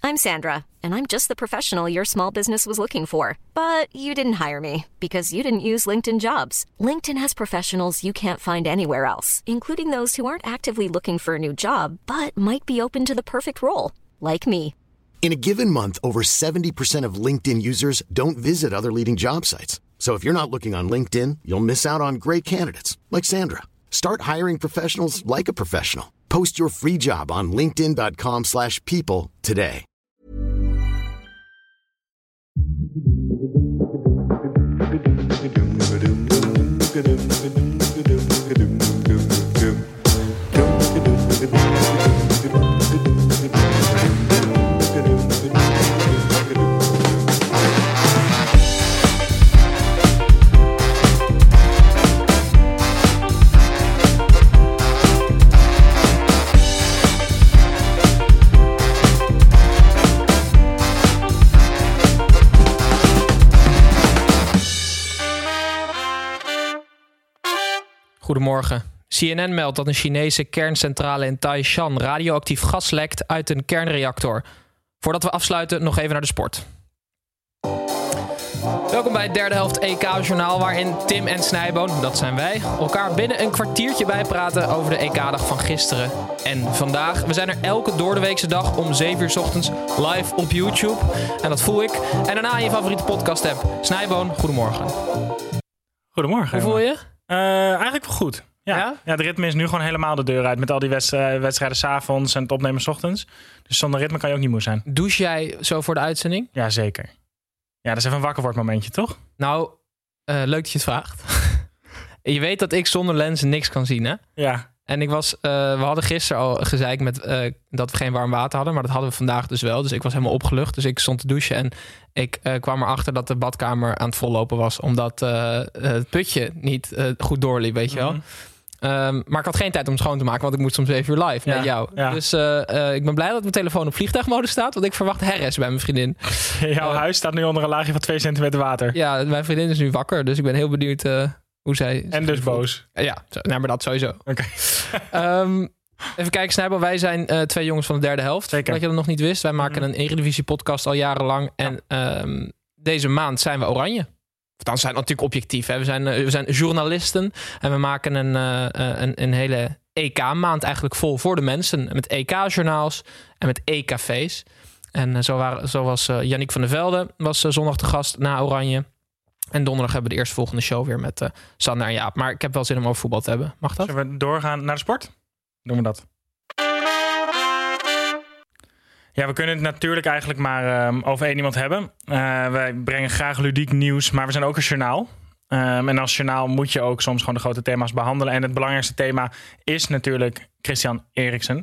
I'm Sandra, and I'm just the professional your small business was looking for. But you didn't hire me because you didn't use LinkedIn Jobs. LinkedIn has professionals you can't find anywhere else, including those who aren't actively looking for a new job, but might be open to the perfect role, like me. In a given month, over 70% of LinkedIn users don't visit other leading job sites. So if you're not looking on LinkedIn, you'll miss out on great candidates like Sandra. Start hiring professionals like a professional. Post your free job on linkedin.com/people today. Goedemorgen. CNN meldt dat een Chinese kerncentrale in Taishan radioactief gas lekt uit een kernreactor. Voordat we afsluiten, nog even naar de sport. Welkom bij het derde helft EK-journaal, waarin Tim en Snijboon, dat zijn wij, elkaar binnen een kwartiertje bijpraten over de EK-dag van gisteren en vandaag. We zijn er elke doordeweekse dag om 7 uur 's ochtends live op YouTube. En dat voel ik. En daarna in je favoriete podcast-app. Snijboon, goedemorgen. Goedemorgen. Hoe voel je? Eigenlijk wel goed. Ja? Ja, het ritme is nu gewoon helemaal de deur uit met al die wedstrijden 's avonds en het opnemen 's ochtends. Dus zonder ritme kan je ook niet moe zijn. Douche jij zo voor de uitzending? Ja, zeker. Ja, dat is even een wakker wordt momentje, toch? Nou, leuk dat je het vraagt. Je weet dat ik zonder lenzen niks kan zien, hè? Ja. En we hadden gisteren al gezeikt met dat we geen warm water hadden. Maar dat hadden we vandaag dus wel. Dus ik was helemaal opgelucht. Dus ik stond te douchen. En ik kwam erachter dat de badkamer aan het vollopen was. Omdat het putje niet goed doorliep, weet je wel. Maar ik had geen tijd om het schoon te maken. Want ik moest om 7 uur live met jou. Ja. Dus ik ben blij dat mijn telefoon op vliegtuigmodus staat. Want ik verwacht herres bij mijn vriendin. Jouw huis staat nu onder een laagje van 2 centimeter water. Ja, mijn vriendin is nu wakker. Dus ik ben heel benieuwd hoe zij... En dus boos. Ja, maar dat sowieso. Oké. Even kijken, Snijboon. Wij zijn 2 jongens van de derde helft. Zeker. Dat je dat nog niet wist. Wij maken een Eredivisie podcast al jarenlang. En deze maand zijn we oranje. Dan zijn we natuurlijk objectief. Hè. We zijn journalisten. En we maken een hele EK-maand eigenlijk vol voor de mensen. Met EK-journaals en met EK-cafés. En zo was Yannick van der Velde was zondag de gast na Oranje. En donderdag hebben we de eerstvolgende show weer met Sander en Jaap. Maar ik heb wel zin om over voetbal te hebben. Mag dat? Zullen we doorgaan naar de sport? Doen we dat. Ja, we kunnen het natuurlijk eigenlijk maar over één iemand hebben. Wij brengen graag ludiek nieuws, maar we zijn ook een journaal. En als journaal moet je ook soms gewoon de grote thema's behandelen. En het belangrijkste thema is natuurlijk Christian Eriksen.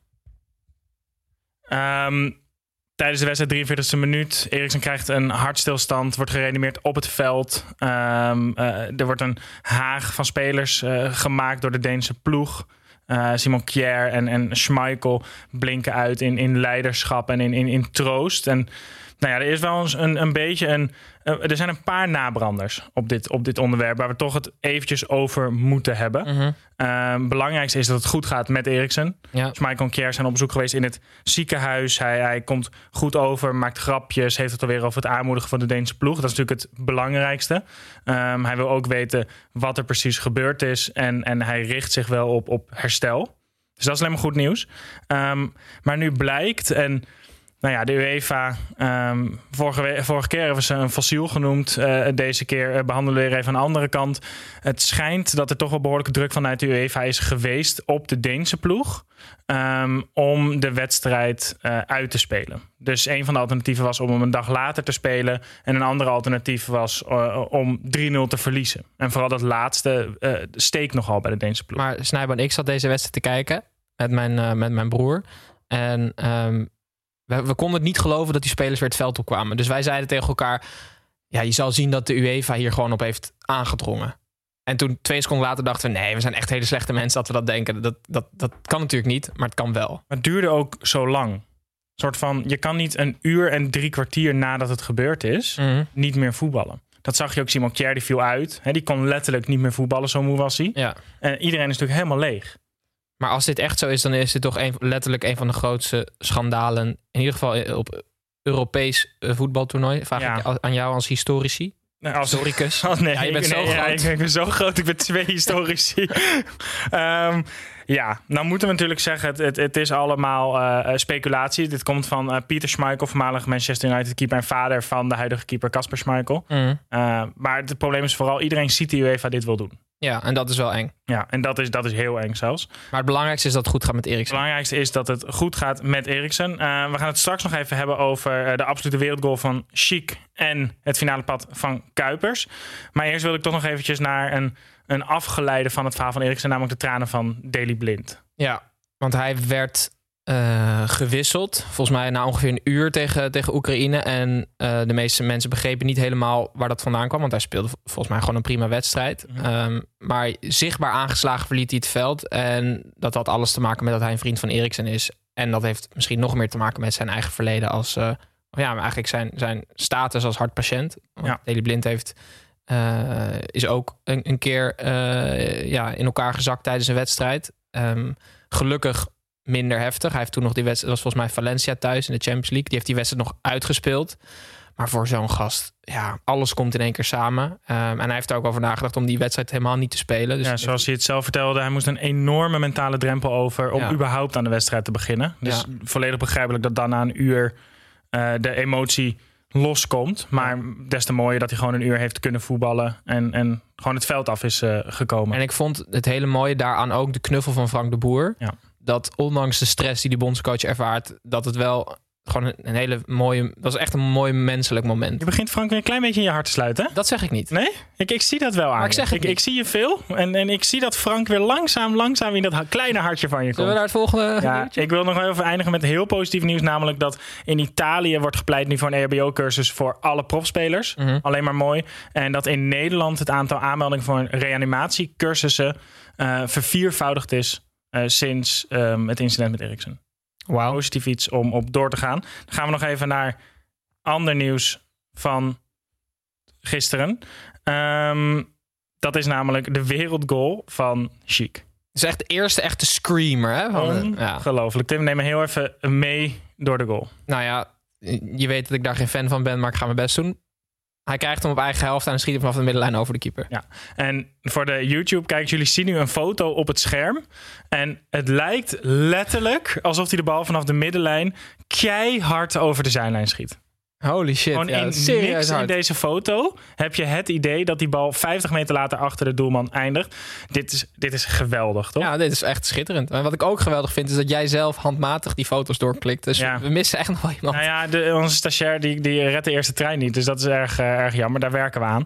Tijdens de wedstrijd, 43e minuut. Eriksen krijgt een hartstilstand, wordt gereanimeerd op het veld. Er wordt een haag van spelers gemaakt door de Deense ploeg. Simon Kjær en Schmeichel blinken uit in leiderschap en in troost. En nou ja, er is wel eens een beetje er zijn een paar nabranders op dit onderwerp waar we toch het eventjes over moeten hebben. Het belangrijkste is dat het goed gaat met Eriksen. Ja. Schmeichel en Kjær zijn op bezoek geweest in het ziekenhuis. Hij komt goed over, maakt grapjes, heeft het alweer over het aanmoedigen van de Deense ploeg. Dat is natuurlijk het belangrijkste. Hij wil ook weten wat er precies gebeurd is en hij richt zich wel op herstel. Dus dat is alleen maar goed nieuws. Maar nu blijkt, en nou ja, de UEFA, vorige keer hebben ze een fossiel genoemd. Deze keer behandelen we weer even een andere kant. Het schijnt dat er toch wel behoorlijke druk vanuit de UEFA is geweest op de Deense ploeg om de wedstrijd uit te spelen. Dus een van de alternatieven was om hem een dag later te spelen. En een andere alternatief was om 3-0 te verliezen. En vooral dat laatste steekt nogal bij de Deense ploeg. Maar Snijboon, ik zat deze wedstrijd te kijken met mijn broer. En we konden het niet geloven dat die spelers weer het veld opkwamen. Dus wij zeiden tegen elkaar, ja, je zal zien dat de UEFA hier gewoon op heeft aangedrongen. En toen 2 seconden later dachten we, nee, we zijn echt hele slechte mensen dat we dat denken. Dat kan natuurlijk niet, maar het kan wel. Maar het duurde ook zo lang. Een soort van, je kan niet 1 uur en 3 kwartier nadat het gebeurd is, niet meer voetballen. Dat zag je ook, Simon Kjær, die viel uit. Die kon letterlijk niet meer voetballen, zo moe was hij. Ja. En iedereen is natuurlijk helemaal leeg. Maar als dit echt zo is, dan is dit toch letterlijk een van de grootste schandalen. In ieder geval op Europees voetbaltoernooi. Vraag ik aan jou als historici. Nee, historicus. Nee, ja, je bent zo groot. Ik ben zo groot. Ik ben 2 historici. Nou moeten we natuurlijk zeggen, het is allemaal speculatie. Dit komt van Pieter Schmeichel, voormalig Manchester United keeper en vader van de huidige keeper Kasper Schmeichel. Maar het probleem is vooral, iedereen ziet die UEFA dit wil doen. Ja, en dat is wel eng. Ja, en dat is heel eng zelfs. Maar het belangrijkste is dat het goed gaat met Eriksen. Het belangrijkste is dat het goed gaat met Eriksen. We gaan het straks nog even hebben over de absolute wereldgoal van Schick en het finale pad van Kuipers. Maar eerst wil ik toch nog eventjes naar een afgeleide van het verhaal van Eriksen, namelijk de tranen van Daley Blind. Ja, want hij werd gewisseld. Volgens mij na ongeveer een uur tegen Oekraïne. En de meeste mensen begrepen niet helemaal waar dat vandaan kwam. Want hij speelde volgens mij gewoon een prima wedstrijd. Maar zichtbaar aangeslagen verliet hij het veld. En dat had alles te maken met dat hij een vriend van Eriksen is. En dat heeft misschien nog meer te maken met zijn eigen verleden als... maar eigenlijk zijn status als hartpatiënt. Daley Blind is ook een keer in elkaar gezakt tijdens een wedstrijd. Gelukkig minder heftig. Hij heeft toen nog die wedstrijd, dat was volgens mij Valencia thuis in de Champions League. Die heeft die wedstrijd nog uitgespeeld. Maar voor zo'n gast, alles komt in één keer samen. En hij heeft er ook over nagedacht om die wedstrijd helemaal niet te spelen. Dus zoals hij het zelf vertelde, hij moest een enorme mentale drempel over om überhaupt aan de wedstrijd te beginnen. Dus volledig begrijpelijk dat dan na een uur de emotie loskomt. Maar des te mooier dat hij gewoon een uur heeft kunnen voetballen en gewoon het veld af is gekomen. En ik vond het hele mooie daaraan ook de knuffel van Frank de Boer. Ja. Dat ondanks de stress die de bondscoach ervaart, dat het wel gewoon een hele mooie... Dat was echt een mooi menselijk moment. Je begint Frank weer een klein beetje in je hart te sluiten. Dat zeg ik niet. Nee? Ik zie dat wel aan ik zie je veel. En ik zie dat Frank weer langzaam in dat kleine hartje van je komt. Zullen we naar het volgende? Ja, ik wil nog even eindigen met heel positief nieuws. Namelijk dat in Italië wordt gepleit nu voor een EHBO-cursus voor alle profspelers. Alleen maar mooi. En dat in Nederland het aantal aanmeldingen voor een reanimatiecursussen verviervoudigd is sinds het incident met Eriksen. Wow. Positief iets om op door te gaan. Dan gaan we nog even naar ander nieuws van gisteren. Dat is namelijk de wereldgoal van Schick. Het is echt de eerste echte screamer. Hè? Ongelooflijk. Tim, neem me heel even mee door de goal. Nou ja, je weet dat ik daar geen fan van ben, maar ik ga mijn best doen. Hij krijgt hem op eigen helft en schiet hem vanaf de middenlijn over de keeper. Ja. En voor de YouTube-kijkers, jullie zien nu een foto op het scherm. En het lijkt letterlijk alsof hij de bal vanaf de middenlijn keihard over de zijlijn schiet. Holy shit. Gewoon niks in deze foto heb je het idee dat die bal 50 meter later achter de doelman eindigt. Dit is geweldig, toch? Ja, dit is echt schitterend. En wat ik ook geweldig vind, is dat jij zelf handmatig die foto's doorklikt. Dus we missen echt nog wel iemand. Nou ja, onze stagiair die redt de eerste trein niet. Dus dat is erg jammer. Daar werken we aan.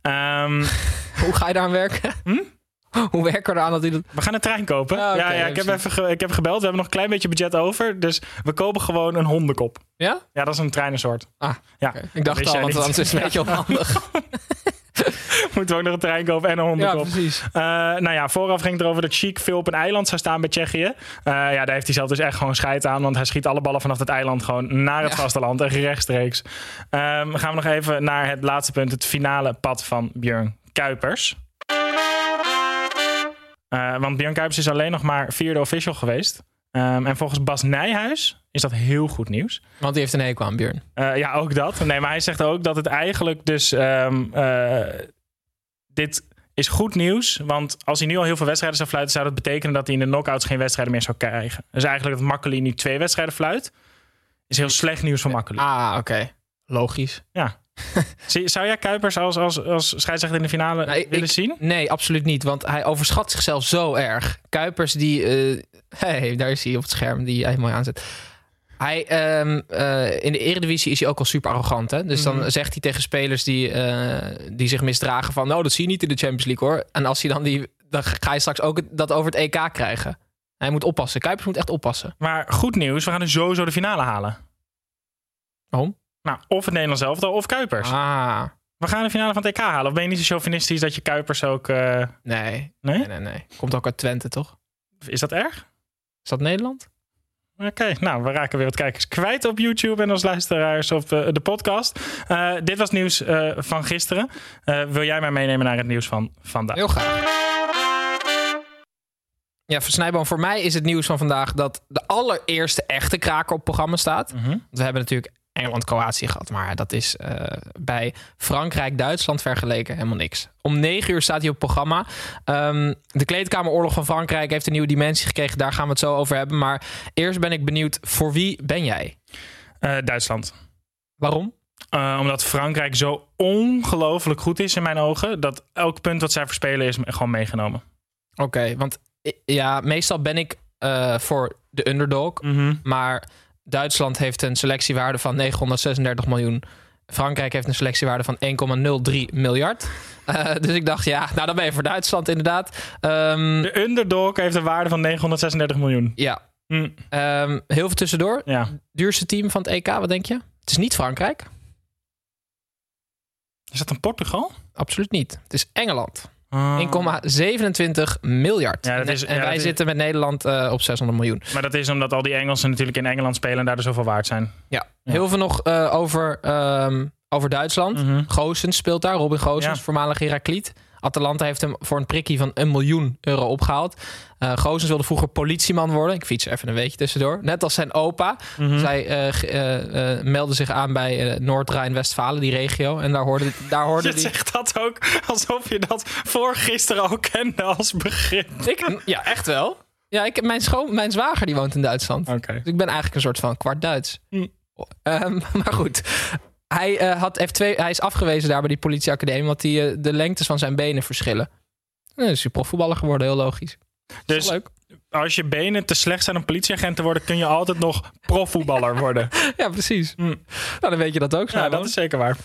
Hoe ga je daar aan werken? Hoe werken we eraan dat hij dat... We gaan een trein kopen. Ik heb gebeld. We hebben nog een klein beetje budget over. Dus we kopen gewoon een hondenkop. Ja? Ja, dat is een treinensoort. Ja. Okay. Ik dacht al, want anders is het een beetje onhandig. Moeten we ook nog een trein kopen en een hondenkop. Ja, precies. Vooraf ging het erover dat Schick veel op een eiland zou staan bij Tsjechië. Daar heeft hij zelf dus echt gewoon scheid aan. Want hij schiet alle ballen vanaf het eiland gewoon naar het vasteland. En rechtstreeks. Gaan we nog even naar het laatste punt. Het finale pad van Björn Kuipers. Want Björn Kuipers is alleen nog maar 4e official geweest. En volgens Bas Nijhuis is dat heel goed nieuws. Want die heeft een hekel aan Björn. Ja, ook dat. Nee, maar hij zegt ook dat het eigenlijk dus... dit is goed nieuws. Want als hij nu al heel veel wedstrijden zou fluiten... zou dat betekenen dat hij in de knockouts geen wedstrijden meer zou krijgen. Dus eigenlijk dat Makkeli nu 2 wedstrijden fluit... is heel slecht nieuws voor Makkeli. Oké. Logisch. Ja. Zou jij Kuipers als scheidsrechter in de finale willen zien? Nee, absoluut niet. Want hij overschat zichzelf zo erg. Kuipers die... daar is hij op het scherm die hij mooi aanzet. Hij, in de Eredivisie is hij ook al super arrogant. Hè? Dus dan zegt hij tegen spelers die zich misdragen van... nou, dat zie je niet in de Champions League, hoor. En als hij dan ga je straks ook dat over het EK krijgen. Hij moet oppassen. Kuipers moet echt oppassen. Maar goed nieuws, we gaan dus sowieso de finale halen. Waarom? Nou, of het Nederlands elftal of Kuipers. We gaan de finale van het EK halen. Of ben je niet zo chauvinistisch dat je Kuipers ook... Nee. Komt ook uit Twente, toch? Is dat erg? Is dat Nederland? Oké, nou, we raken weer wat kijkers kwijt op YouTube en als luisteraars op de podcast. Dit was nieuws van gisteren. Wil jij mij meenemen naar het nieuws van vandaag? Heel graag. Ja, Snijboom, voor mij is het nieuws van vandaag dat de allereerste echte kraker op programma staat. Want we hebben natuurlijk Engeland-Kroatië gehad, maar dat is bij Frankrijk-Duitsland vergeleken helemaal niks. Om 9 uur staat hij op programma. De kleedkameroorlog van Frankrijk heeft een nieuwe dimensie gekregen. Daar gaan we het zo over hebben. Maar eerst ben ik benieuwd, voor wie ben jij? Duitsland. Waarom? Omdat Frankrijk zo ongelooflijk goed is in mijn ogen, dat elk punt wat zij verspelen is gewoon meegenomen. Oké, want ja, meestal ben ik voor de underdog. Maar Duitsland heeft een selectiewaarde van 936 miljoen. Frankrijk heeft een selectiewaarde van 1,03 miljard. Dus ik dacht, ja, nou dan ben je voor Duitsland inderdaad. De underdog heeft een waarde van 936 miljoen. Ja. Heel veel tussendoor. Ja. Duurste team van het EK, wat denk je? Het is niet Frankrijk. Is dat een Portugal? Absoluut niet. Het is Engeland. 1,27 miljard. Ja, wij zitten met Nederland op 600 miljoen. Maar dat is omdat al die Engelsen natuurlijk in Engeland spelen en daar dus zoveel waard zijn. Ja. Heel veel nog over Duitsland. Goossens speelt daar. Robin Goossens, voormalig Herakliet. Atalanta heeft hem voor een prikkie van €1 miljoen opgehaald. Goossens wilde vroeger politieman worden. Ik fiets er even een weetje tussendoor. Net als zijn opa. Zij meldde zich aan bij Noord-Rijn-Westfalen, die regio. En daar hoorde je zegt dat ook alsof je dat voor gisteren al kende als begrip. Ja, echt wel. Ja, mijn zwager die woont in Duitsland. Okay. Dus ik ben eigenlijk een soort van kwart Duits. Maar goed. Hij is afgewezen daar bij die politieacademie, omdat hij de lengtes van zijn benen verschillen. Dan is hij profvoetballer geworden, heel logisch. Dus leuk. Als je benen te slecht zijn om politieagent te worden, kun je altijd nog profvoetballer worden. Ja, precies. Nou, dan weet je dat ook. Ja, dat is zeker waar.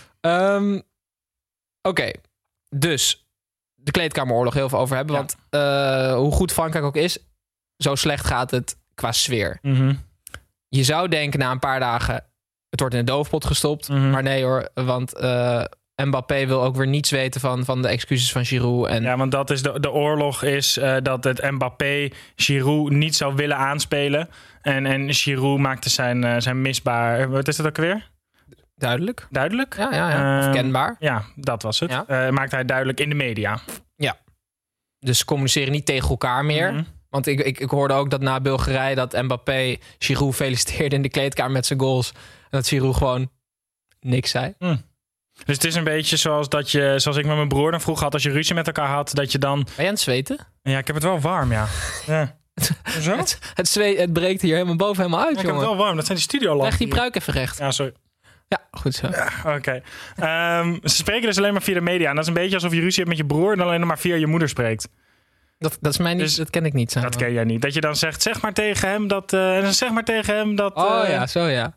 Oké. Dus de kleedkameroorlog heel veel over hebben. Want hoe goed Frankrijk ook is, zo slecht gaat het qua sfeer. Je zou denken na een paar dagen, het wordt in de doofpot gestopt. Maar nee hoor, want Mbappé wil ook weer niets weten van de excuses van Giroud. Ja, want dat is de oorlog is dat het Mbappé Giroud niet zou willen aanspelen. En Giroud maakte zijn misbaar... Wat is dat ook weer? Duidelijk. Duidelijk? Ja. Of kenbaar. Ja, dat was het. Ja. Maakte hij duidelijk in de media. Ja. Dus ze communiceren niet tegen elkaar meer. Want ik hoorde ook dat na Bulgarije dat Mbappé Giroud feliciteerde in de kleedkamer met zijn goals. En dat Giroud gewoon niks zei. Dus het is een beetje zoals ik met mijn broer dan vroeger had, als je ruzie met elkaar had, dat je dan... Ben je aan het zweten? Ja, ik heb het wel warm, ja. Zo? Het breekt hier helemaal uit, jongen. Ik heb het wel warm, dat zijn die studiolampen. Leg die pruik even recht. Ja, sorry. Ja, goed zo. Ja, Oké. Ze spreken dus alleen maar via de media. En dat is een beetje alsof je ruzie hebt met je broer en alleen maar via je moeder spreekt. Dat is mij niet, dus, dat ken ik niet. Dat ken jij niet. Dat je dan zegt, zeg maar tegen hem dat... en dan zeg maar tegen hem dat... ja, zo ja.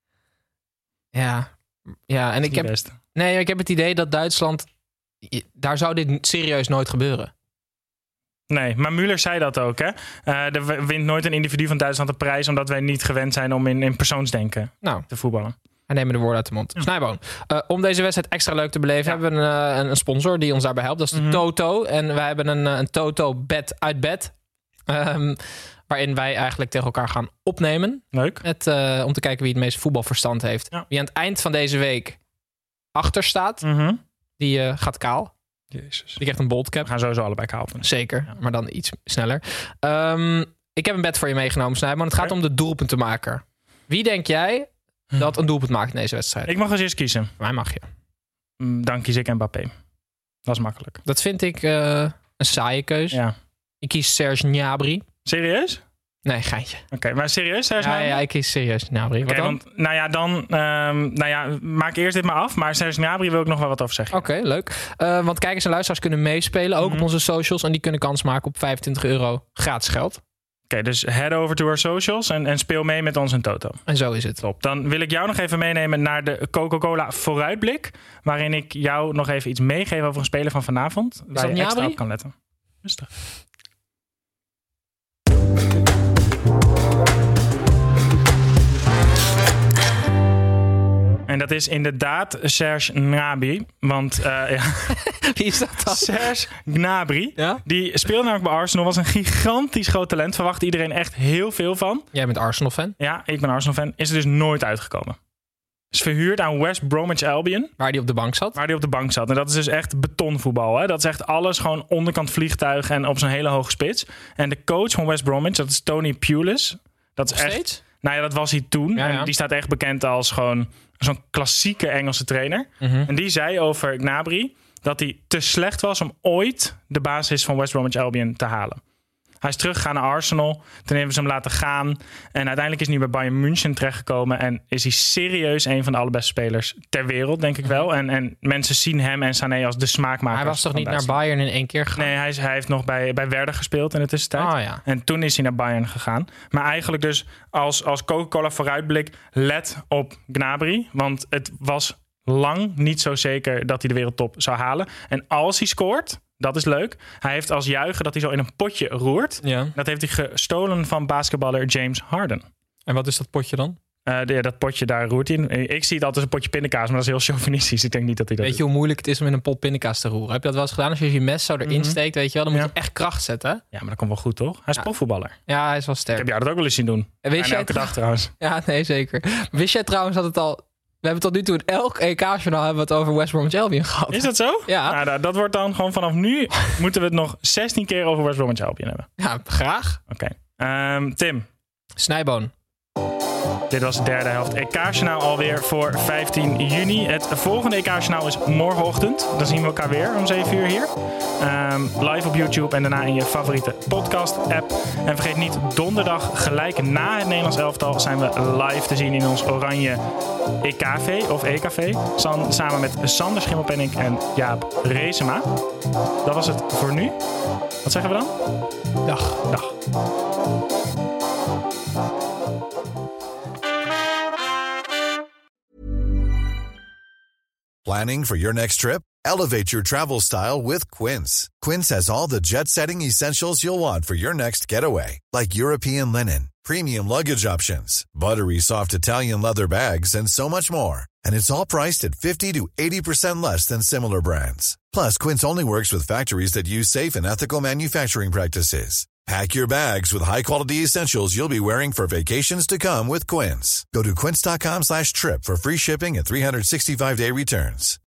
Ja, en ik heb het idee dat Duitsland... Daar zou dit serieus nooit gebeuren. Nee, maar Müller zei dat ook, hè? Er wint nooit een individu van Duitsland een prijs, omdat wij niet gewend zijn om in persoonsdenken te voetballen. We nemen de woorden uit de mond. Ja. Snijboon. Om deze wedstrijd extra leuk te beleven hebben we een sponsor die ons daarbij helpt. Dat is de Toto. En wij hebben een Toto bet uit bed. Waarin wij eigenlijk tegen elkaar gaan opnemen. Leuk. Om te kijken wie het meeste voetbalverstand heeft. Ja. Wie aan het eind van deze week achter staat, die gaat kaal. Jezus. Die krijgt een boldcap. We gaan sowieso allebei kaal doen. Zeker, maar dan iets sneller. Ik heb een bet voor je meegenomen, Snijboon. Het gaat om de doelpuntenmaker. Wie denk jij dat een doelpunt maakt in deze wedstrijd? Ik mag als eerst kiezen. Voor mij mag je. Dan kies ik Mbappé. Dat is makkelijk. Dat vind ik een saaie keuze. Ja. Ik kies Serge Gnabry. Serieus? Nee, geintje. Oké, maar serieus? Serge Gnabry? Ja, ik kies serieus Gnabry. Wat dan? Want, maak eerst dit maar af. Maar Serge Gnabry wil ik nog wel wat over zeggen. Oké, leuk. Want kijkers en luisteraars kunnen meespelen. Ook op onze socials. En die kunnen kans maken op €25 gratis geld. Oké, dus head over to our socials en speel mee met ons in Toto. En zo is het. Top. Dan wil ik jou nog even meenemen naar de Coca-Cola vooruitblik. Waarin ik jou nog even iets meegeef over een speler van vanavond. Waar je extra op kan letten. Rustig. En dat is inderdaad Serge Gnabry. Want wie is dat dan? Serge Gnabry. Ja? Die speelde namelijk bij Arsenal. Was een gigantisch groot talent. Verwachtte iedereen echt heel veel van. Jij bent Arsenal-fan? Ja, ik ben Arsenal-fan. Is er dus nooit uitgekomen. is verhuurd aan West Bromwich Albion. Waar die op de bank zat. En dat is dus echt betonvoetbal. Hè? Dat is echt alles gewoon onderkant vliegtuig en op zo'n hele hoge spits. En de coach van West Bromwich, dat is Tony Pulis. Dat is Nog echt... steeds? Nou ja, dat was hij toen. Ja, ja. En die staat echt bekend als gewoon zo'n klassieke Engelse trainer. En die zei over Gnabry dat hij te slecht was om ooit de basis van West Bromwich Albion te halen. Hij is teruggegaan naar Arsenal. Toen hebben ze hem laten gaan. En uiteindelijk is hij nu bij Bayern München terechtgekomen. En is hij serieus een van de allerbeste spelers ter wereld, denk ik wel. En mensen zien hem en Sané als de smaakmaker. Hij was toch niet naar Bayern in 1 keer gegaan? Nee, hij heeft nog bij Werder gespeeld in de tussentijd. Oh, ja. En toen is hij naar Bayern gegaan. Maar eigenlijk dus als Coca-Cola vooruitblik, let op Gnabry. Want het was lang niet zo zeker dat hij de wereldtop zou halen. En als hij scoort... Dat is leuk. Hij heeft als juichen dat hij zo in een potje roert. Ja. Dat heeft hij gestolen van basketballer James Harden. En wat is dat potje dan? Dat potje, daar roert hij in. Ik zie het altijd als een potje pindakaas, maar dat is heel chauvinistisch. Ik denk niet dat hij dat Weet je hoe moeilijk het is om in een pot pindakaas te roeren? Heb je dat wel eens gedaan? Als je je mes zo erin steekt, weet je wel, dan moet je echt kracht zetten. Ja, maar dat komt wel goed, toch? Hij is profvoetballer. Ja, hij is wel sterk. Ik heb jou dat ook wel eens zien doen. En wist jij elke dag trouwens. Ja, nee, zeker. Wist jij trouwens dat het al... We hebben tot nu toe in elk EK-journaal hebben we het over West Bromwich Albion gehad. Is dat zo? Ja. Nou, dat wordt dan gewoon vanaf nu... moeten we het nog 16 keer over West Bromwich Albion hebben. Ja, graag. Oké. Tim. Snijboon. Dit was de derde helft EK-journaal alweer voor 15 juni. Het volgende EK-journaal is morgenochtend. Dan zien we elkaar weer om 7 uur hier. Live op YouTube en daarna in je favoriete podcast-app. En vergeet niet, donderdag gelijk na het Nederlands elftal... zijn we live te zien in ons oranje EKV of EKV. Samen met Sander Schimmelpenninck en Jaap Reesema. Dat was het voor nu. Wat zeggen we dan? Dag. Planning for your next trip? Elevate your travel style with Quince. Quince has all the jet-setting essentials you'll want for your next getaway, like European linen, premium luggage options, buttery soft Italian leather bags, and so much more. And it's all priced at 50 to 80% less than similar brands. Plus, Quince only works with factories that use safe and ethical manufacturing practices. Pack your bags with high-quality essentials you'll be wearing for vacations to come with Quince. Go to quince.com/trip for free shipping and 365-day returns.